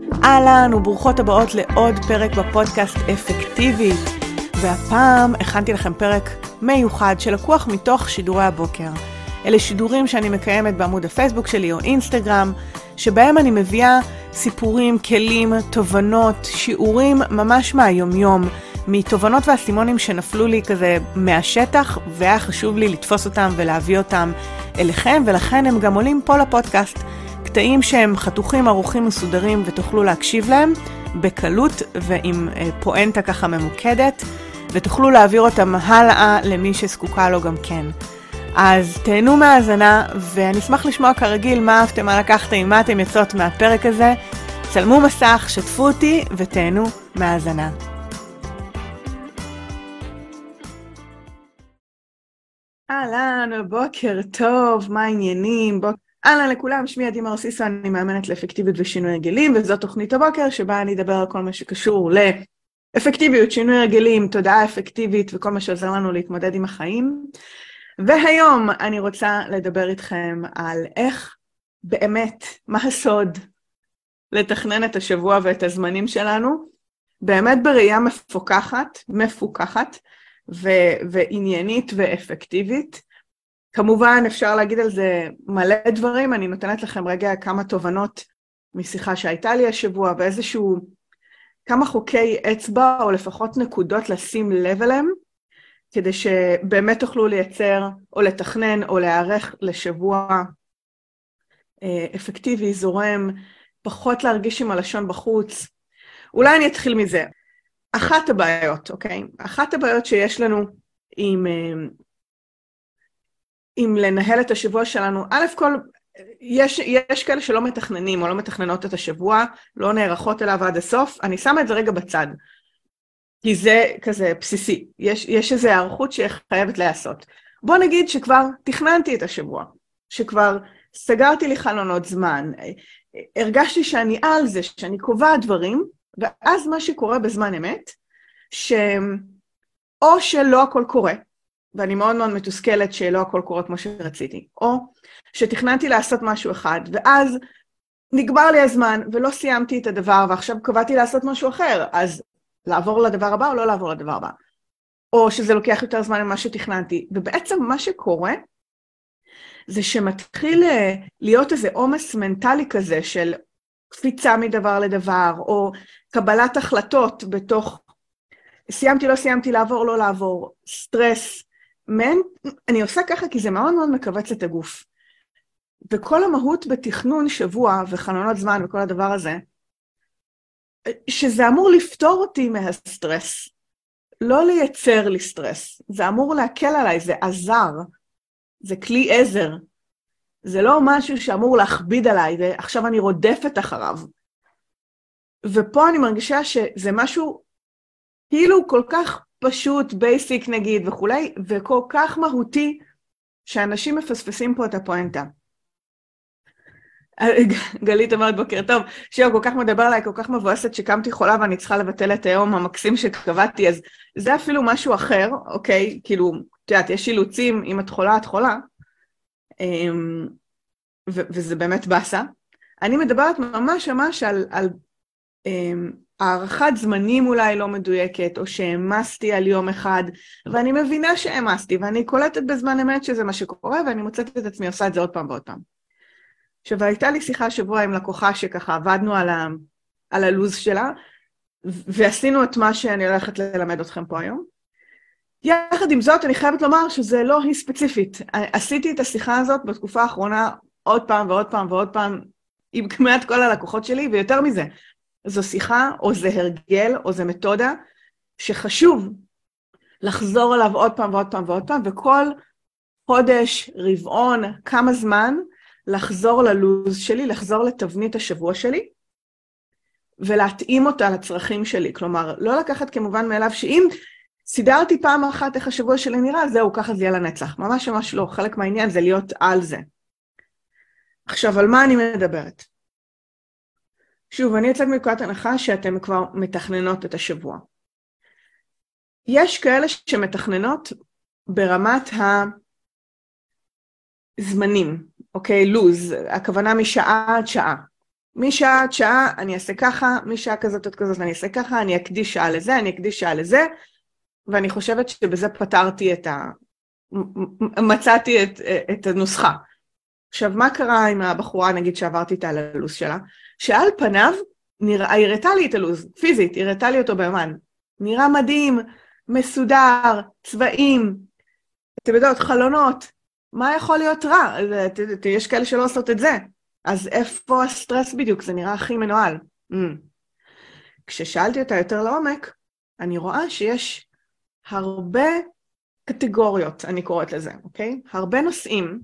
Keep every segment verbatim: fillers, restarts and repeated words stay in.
אהלן וברוכות הבאות לעוד פרק בפודקאסט אפקטיבית. והפעם הכנתי לכם פרק מיוחד שלקוח מתוך שידורי הבוקר. אלה שידורים שאני מקיימת בעמוד הפייסבוק שלי או אינסטגרם, שבהם אני מביאה סיפורים, כלים, תובנות, שיעורים ממש מהיומיום, מתובנות והסימונים שנפלו לי כזה מהשטח, והיה חשוב לי לתפוס אותם ולהביא אותם אליכם, ולכן הם גם עולים פה לפודקאסט, קטעים שהם חתוכים, ערוכים, מסודרים, ותוכלו להקשיב להם בקלות ועם פואנטה ככה ממוקדת, ותוכלו להעביר אותם הלאה למי שזקוקה לו גם כן. אז תהנו מהאזנה, ואני אשמח לשמוע כרגיל מה אהבתם, מה לקחתם, מה אתם יוצאות מהפרק הזה. צלמו מסך, שתפו אותי ותהנו מהאזנה. אהלן, בוקר טוב, מה העניינים? בוק... אהלן לכולם, שמי עדי מרסיסו, אני מאמנת לאפקטיביות ושינוי הרגלים, וזו תוכנית הבוקר שבה אני אדבר על כל מה שקשור לאפקטיביות, שינוי הרגלים, תודעה אפקטיבית וכל מה שעוזר לנו להתמודד עם החיים. והיום אני רוצה לדבר איתכם על איך באמת, מה הסוד לתכנן את השבוע ואת הזמנים שלנו, באמת בראייה מפוקחת, מפוקחת ו- ועניינית ואפקטיבית. כמובן אפשר להגיד על זה מלא דברים, אני נותנת לכם רגע כמה תובנות משיחה שהייתה לי השבוע, ואיזשהו כמה חוקי אצבע או לפחות נקודות לשים לב אליהם, כדי שבאמת תוכלו לייצר או לתכנן או להיערך לשבוע אפקטיבי, זורם, פחות להרגיש עם הלשון בחוץ. אולי אני אתחיל מזה. אחת הבעיות, אוקיי? אחת הבעיות שיש לנו עם, עם לנהל את השבוע שלנו, א' כל, יש, יש כאלה שלא מתכננים או לא מתכננות את השבוע, לא נערכות אליו עד הסוף, אני שמה את זה רגע בצד. כי זה כזה בסיסי, יש, יש איזו הערכות שחייבת לעשות. בוא נגיד שכבר תכננתי את השבוע, שכבר סגרתי לי חלונות זמן, הרגשתי שאני על זה, שאני קובע דברים, ואז מה שקורה בזמן אמת, שאו שלא הכל קורה, ואני מאוד מאוד מתוסכלת שלא הכל קורה כמו שרציתי, או שתכננתי לעשות משהו אחד, ואז נגבר לי הזמן ולא סיימתי את הדבר, ועכשיו קבעתי לעשות משהו אחר, אז לעבור לדבר הבא או לא לעבור לדבר הבא. או שזה לוקח יותר זמן ממה שתכננתי. ובעצם מה שקורה, זה שמתחיל להיות איזה עומס מנטלי כזה, של קפיצה מדבר לדבר, או קבלת החלטות בתוך, סיימתי, לא סיימתי, לעבור, לא לעבור, סטרס. מן, אני עושה ככה כי זה מאוד מאוד מקבץ את הגוף. וכל המהות בתכנון שבוע וחלונות זמן וכל הדבר הזה, שזה אמור לפתור אותי מהסטרס, לא לייצר לי סטרס, זה אמור להקל עליי, זה עזר, זה כלי עזר, זה לא משהו שאמור להכביד עליי, ועכשיו אני רודפת אחריו. ופה אני מרגישה שזה משהו כאילו כל כך פשוט, בייסיק נגיד וכולי, וכל כך מהותי, שאנשים מפספסים פה את הפואנטה. גלית אמרת בוקר טוב, שיו כל כך מדבר עליי, כל כך מבואסת שקמתי חולה ואני צריכה לבטל את היום המקסים שקבעתי, אז זה אפילו משהו אחר, אוקיי, כאילו, את יודעת, יש אילוצים, אם את חולה, את חולה, ו- וזה באמת בסה. אני מדברת ממש ממש על, על הערכת זמנים אולי לא מדויקת, או שהמסתי על יום אחד, ואני מבינה שהמסתי, ואני קולטת בזמן אמת שזה מה שקורה, ואני מוצאת את עצמי עושה את זה עוד פעם ועוד פעם. עכשיו, הייתה לי שיחה שבוע עם לקוחה שככה עבדנו על, ה, על הלוז שלה, ועשינו את מה שאני הולכת ללמד אתכם פה היום. יחד עם זאת, אני חייבת לומר שזה לא היא ספציפית. עשיתי את השיחה הזאת בתקופה האחרונה עוד פעם ועוד פעם ועוד פעם, עם כמעט כל הלקוחות שלי, ויותר מזה, זו שיחה או זה הרגל או זה מתודה, שחשוב לחזור עליו עוד פעם ועוד פעם ועוד פעם, וכל חודש, רבעון, כמה זמן, לחזור ללוז שלי, לחזור לתבנית השבוע שלי, ולהתאים אותה לצרכים שלי. כלומר, לא לקחת כמובן מאליו שאם סידרתי פעם אחת איך השבוע שלי נראה, זהו, ככה זה יהיה לנצח. ממש ממש לא. חלק מהעניין זה להיות על זה. עכשיו, על מה אני מדברת? שוב, אני יוצאת מנקודת הנחה שאתם כבר מתכננות את השבוע. יש כאלה שמתכננות ברמת הזמנים, אוקיי, לוז, הכוונה משעה עד שעה. משעה עד שעה אני אעשה ככה, משעה כזאת עד כזאת אני אעשה ככה, אני אקדיש שעה לזה, אני אקדיש שעה לזה, ואני חושבת שבזה פתרתי את ה... מצאתי את, את הנוסחה. עכשיו, מה קרה עם הבחורה, נגיד שעברתי איתה על הלו"ז שלה? שעל פניו, נראה, הראתה לי את הלו"ז, פיזית, הראתה לי אותו ביומן. נראה מדהים, מסודר, צבעים, אתם יודעות, חלונות. מה יכול להיות רע? יש כאלה שלא עושות את זה. אז איפה הסטרס בדיוק? זה נראה הכי מנוהל. Mm. כששאלתי אותה יותר לעומק, אני רואה שיש הרבה קטגוריות, אני קוראת לזה, אוקיי? הרבה נושאים,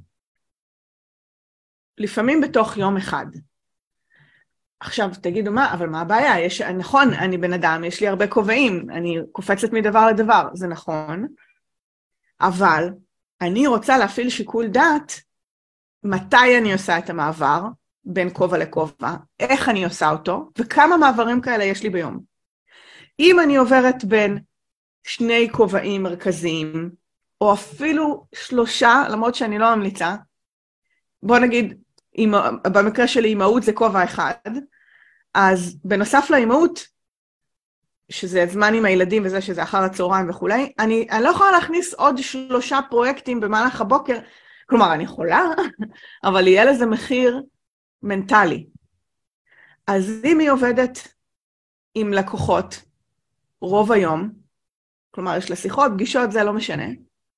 לפעמים בתוך יום אחד. עכשיו, תגידו מה, אבל מה הבעיה? יש, נכון, אני בן אדם, יש לי הרבה כובעים, אני קופצת מדבר לדבר, זה נכון, אבל אני רוצה להפעיל שיקול דעת, מתי אני עושה את המעבר, בין כובע לכובע, איך אני עושה אותו, וכמה מעברים כאלה יש לי ביום. אם אני עוברת בין שני כובעים מרכזיים, או אפילו שלושה, למרות שאני לא ממליצה, בוא נגיד, במקרה שלי אימהות זה כובע אחד, אז בנוסף לאימהות, שזה זמן עם הילדים וזה שזה אחר הצהריים וכו', אני, אני לא יכולה להכניס עוד שלושה פרויקטים במהלך הבוקר, כלומר אני יכולה, אבל יהיה לזה מחיר מנטלי. אז אם היא עובדת עם לקוחות רוב היום, כלומר יש לה שיחות, פגישות, זה לא משנה,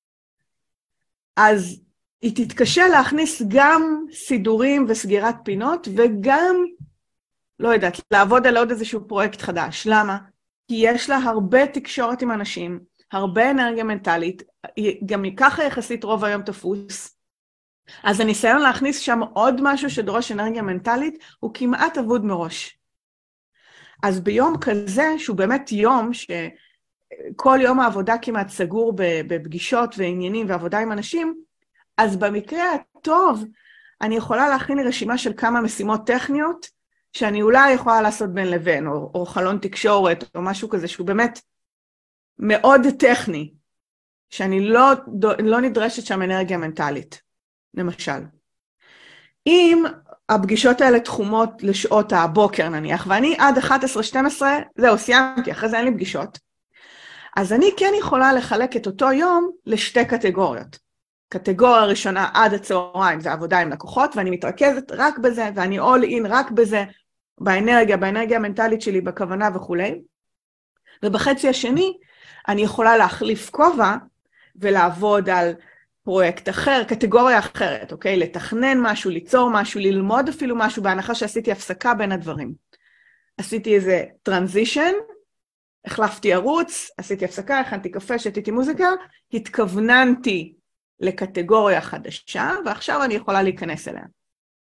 אז היא תתקשה להכניס גם סידורים וסגירת פינות, וגם, לא יודעת, לעבוד על עוד איזשהו פרויקט חדש. למה? כי יש לה הרבה תקשורת עם אנשים, הרבה אנרגיה מנטלית, גם ככה יחסית רוב היום תפוס, אז הניסיון להכניס שם עוד משהו שדורש אנרגיה מנטלית, הוא כמעט אבוד מראש. אז ביום כזה, שהוא באמת יום שכל יום העבודה כמעט סגור בפגישות ועניינים ועבודה עם אנשים, אז במקרה הטוב, אני יכולה להכין רשימה של כמה משימות טכניות, שאני אולי יכולה לעשות בין לבין, או, או חלון תקשורת, או משהו כזה, שהוא באמת מאוד טכני, שאני לא, לא נדרשת שם אנרגיה מנטלית, למשל. אם הפגישות האלה תחומות לשעות הבוקר נניח, ואני עד אחת עשרה שתים עשרה, זהו, סיימתי, אחרי זה אין לי פגישות, אז אני כן יכולה לחלק את אותו יום לשתי קטגוריות. קטגוריה ראשונה עד הצהריים זה עבודה עם לקוחות, ואני מתרכזת רק בזה, ואני all in רק בזה, באנרגיה, באנרגיה המנטלית שלי, בכוונה וכו'. ובחצי השני, אני יכולה להחליף כובע, ולעבוד על פרויקט אחר, קטגוריה אחרת, אוקיי? לתכנן משהו, ליצור משהו, ללמוד אפילו משהו, בהנחה שעשיתי הפסקה בין הדברים. עשיתי איזה טרנזישן, החלפתי ערוץ, עשיתי הפסקה, הכנתי קפה, שתיתי מוזיקה, התכווננתי לקטגוריה חדשה, ועכשיו אני יכולה להיכנס אליה.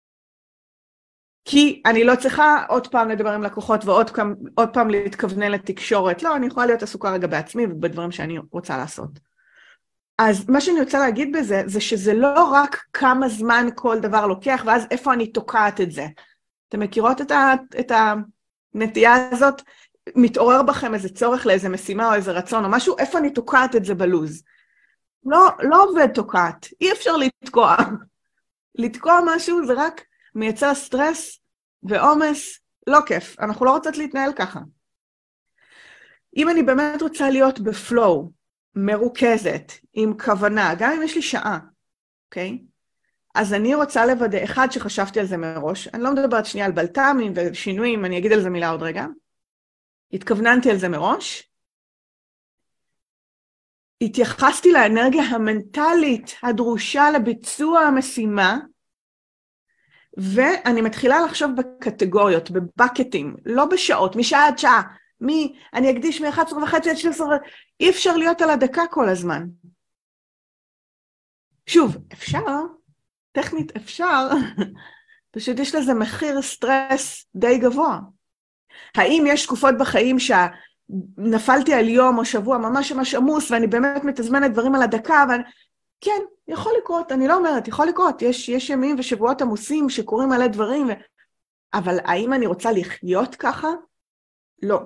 כי אני לא צריכה עוד פעם לדבר עם לקוחות, ועוד פעם, עוד פעם להתכוונן לתקשורת. לא, אני יכולה להיות עסוקה רגע בעצמי, ובדברים שאני רוצה לעשות. אז מה שאני רוצה להגיד בזה, זה שזה לא רק כמה זמן כל דבר לוקח, ואז איפה אני תוקעת את זה. אתם מכירות את, ה, את הנטייה הזאת? מתעורר בכם איזה צורך לאיזה משימה, או איזה רצון, או משהו, איפה אני תוקעת את זה בלוז? לא, לא עובד תוקעת, אי אפשר לתקוע. לתקוע משהו זה רק מייצר סטרס ועומס, לא כיף, אנחנו לא רוצות להתנהל ככה. אם אני באמת רוצה להיות בפלואו, מרוכזת, עם כוונה, גם אם יש לי שעה, אוקיי? אז אני רוצה לוודא, אחד שחשבתי על זה מראש, אני לא מדברת שנייה על בלת"מים ושינויים, אני אגיד על זה מילה עוד רגע, התכווננתי על זה מראש, התייחסתי לאנרגיה המנטלית הדרושה לביצוע המשימה, ואני מתחילה לחשוב בקטגוריות, בבקטים, לא בשעות, משעה עד שעה, מי, אני אקדיש מ-אחת עשרה וחצי עד שתים עשרה, אי אפשר להיות על הדקה כל הזמן. שוב, אפשר, טכנית אפשר, פשוט יש לזה מחיר סטרס די גבוה. האם יש תקופות בחיים שנפלתי על יום או שבוע ממש ממש עמוס, ואני באמת מתזמנת דברים על הדקה, ואני... כן, יכול לקרות, אני לא אומרת, יכול לקרות, יש, יש ימים ושבועות עמוסים שקורים מלא דברים, ו... אבל האם אני רוצה לחיות ככה? לא.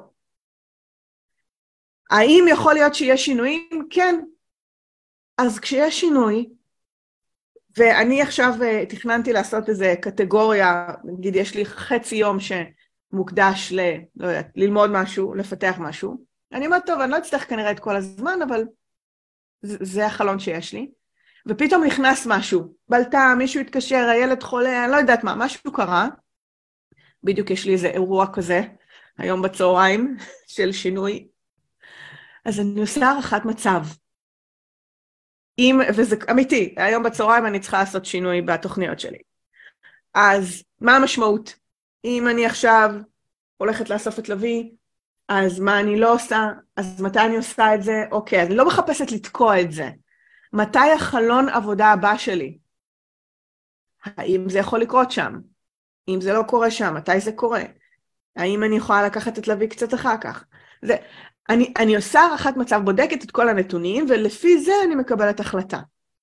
האם יכול להיות שיש שינויים? כן. אז כשיש שינוי, ואני עכשיו תכננתי לעשות איזה קטגוריה, נגיד יש לי חצי יום שמוקדש ל, לא יודעת, ללמוד משהו, לפתח משהו. אני אומרת, טוב, אני לא אצטרך כנראה את כל הזמן, אבל זה, זה החלון שיש לי. ופתאום נכנס משהו, בלטה, מישהו התקשר, הילד חולה, אני לא יודעת מה, משהו קרה. בדיוק יש לי איזה אירוע כזה, היום בצהריים, של שינוי. אז אני עושה הערכת מצב. אם, וזה אמיתי, היום בצהריים אני צריכה לעשות שינוי בתוכניות שלי. אז מה המשמעות? אם אני עכשיו הולכת לאסוף את לוי, אז מה אני לא עושה? אז מתי אני עושה את זה? אוקיי, אז אני לא מחפשת לתקוע את זה. מתי החלון עבודה הבא שלי? האם זה יכול לקרות שם? אם זה לא קורה שם, מתי זה קורה? האם אני יכולה לקחת את לוי קצת אחר כך? זה, אני, אני עושה הערכת מצב, בודקת את כל הנתונים, ולפי זה אני מקבלת החלטה.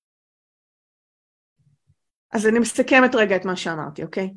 אז אני מסכמת רגע את מה שאמרתי, אוקיי?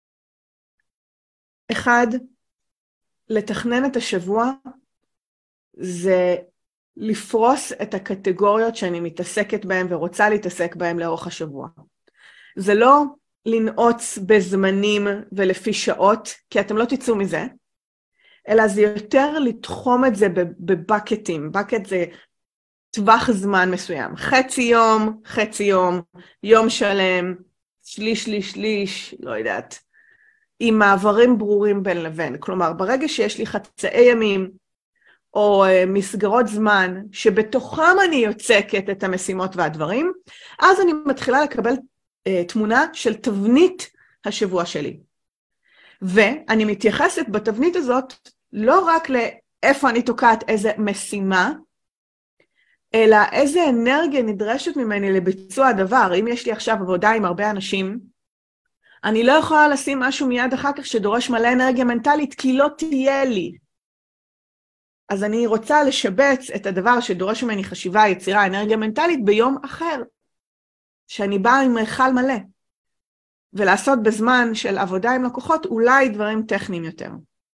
אחד, לתכנן את השבוע, זה לפרוס את הקטגוריות שאני מתעסקת בהן ורוצה להתעסק בהן לאורך השבוע. זה לא לנעוץ בזמנים ולפי שעות, כי אתם לא תצאו מזה, אלא זה יותר לתחום את זה בבקטים. בקט זה טווח זמן מסוים. חצי יום, חצי יום, יום שלם, שליש, שליש, שליש, לא יודעת. עם מעברים ברורים בין לבין. כלומר, ברגע שיש לי חצאי ימים, או מסגרות זמן, שבתוכם אני יוצקת את המשימות והדברים, אז אני מתחילה לקבל uh, תמונה של תבנית השבוע שלי. ואני מתייחסת בתבנית הזאת, לא רק לאיפה אני תוקעת איזה משימה, אלא איזה אנרגיה נדרשת ממני לביצוע הדבר. אם יש לי עכשיו עבודה עם הרבה אנשים, אני לא יכולה לשים משהו מיד אחר כך שדורש מלא אנרגיה מנטלית, כי לא תהיה לי. אז אני רוצה לשבץ את הדבר שדורש ממני חשיבה, יצירה, אנרגיה מנטלית ביום אחר, שאני באה עם מיכל מלא, ולעשות בזמן של עבודה עם לקוחות אולי דברים טכניים יותר.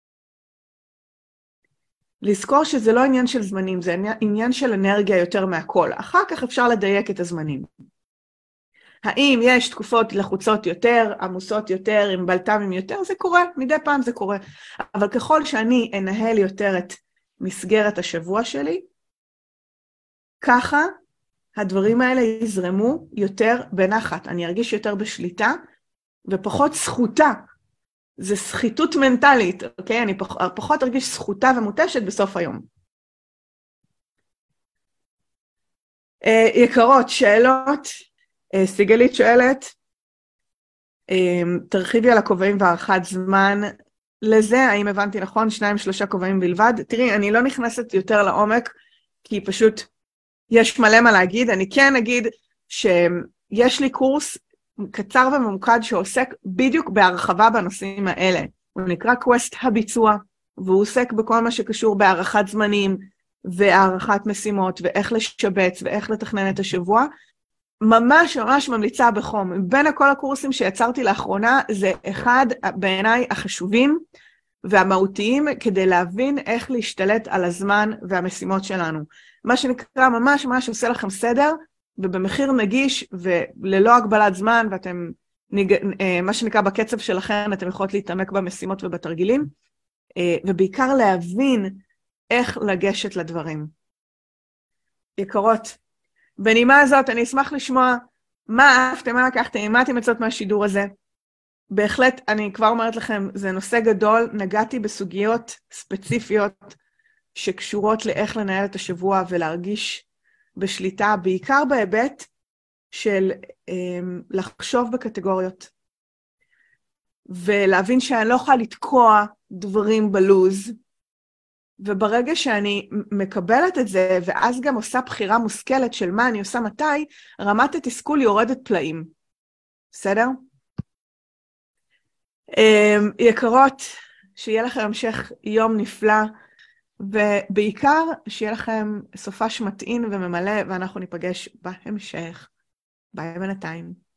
לזכור שזה לא עניין של זמנים, זה עניין של אנרגיה יותר מהכל. אחר כך אפשר לדייק את הזמנים. האם יש תקופות לחוצות יותר, עמוסות יותר, עם בלטמים יותר? זה קורה, מדי פעם זה קורה. אבל ככל שאני אנהל יותר את מסגרת השבוע שלי, ככה הדברים האלה יזרמו יותר בנחת. אני ארגיש יותר בשליטה, ופחות זכותה. זה סחיטות מנטלית, אוקיי? אני פח, פחות ארגיש זכותה ומותשת בסוף היום. אה, יקרות, שאלות. אה, סיגלית שואלת, אה, תרחיבי על הכובעים והערכת זמן. לזה, האם הבנתי נכון, שניים שלושה כובעים בלבד. תראי, אני לא נכנסת יותר לעומק, כי פשוט יש מלא מה להגיד. אני כן אגיד שיש לי קורס קצר וממוקד שעוסק בדיוק בהרחבה בנושאים האלה. הוא נקרא קווסט הביצוע, והוא עוסק בכל מה שקשור בהערכת זמנים, והערכת משימות, ואיך לשבץ, ואיך לתכנן את השבוע. ממש ממש ממליצה בחום. בין כל הקורסים שיצרתי לאחרונה, זה אחד בעיניי החשובים והמהותיים, כדי להבין איך להשתלט על הזמן והמשימות שלנו. מה שנקרא ממש ממש עושה לכם סדר, ובמחיר נגיש וללא הגבלת זמן, ואתם, מה שנקרא בקצב שלכם, אתם יכולות להתעמק במשימות ובתרגילים, ובעיקר להבין איך לגשת לדברים. יקרות, בנימה הזאת אני אשמח לשמוע מה אהבתם, מה לקחתם, מה אתם יוצאות מהשידור הזה. בהחלט, אני כבר אומרת לכם, זה נושא גדול, נגעתי בסוגיות ספציפיות שקשורות לאיך לנהל את השבוע ולהרגיש בשליטה, בעיקר בהיבט של אה, לחשוב בקטגוריות, ולהבין שאני לא יכולה לתקוע דברים בלוז, וברגע שאני מקבלת את זה, ואז גם עושה בחירה מושכלת של מה אני עושה מתי, רמת התסכול יורדת פלאים. בסדר? אה, יקרות, שיהיה לכם המשך יום נפלא, ובעיקר שיהיה לכם סופש מתאים וממלא, ואנחנו ניפגש בהמשך. ביי בינתיים.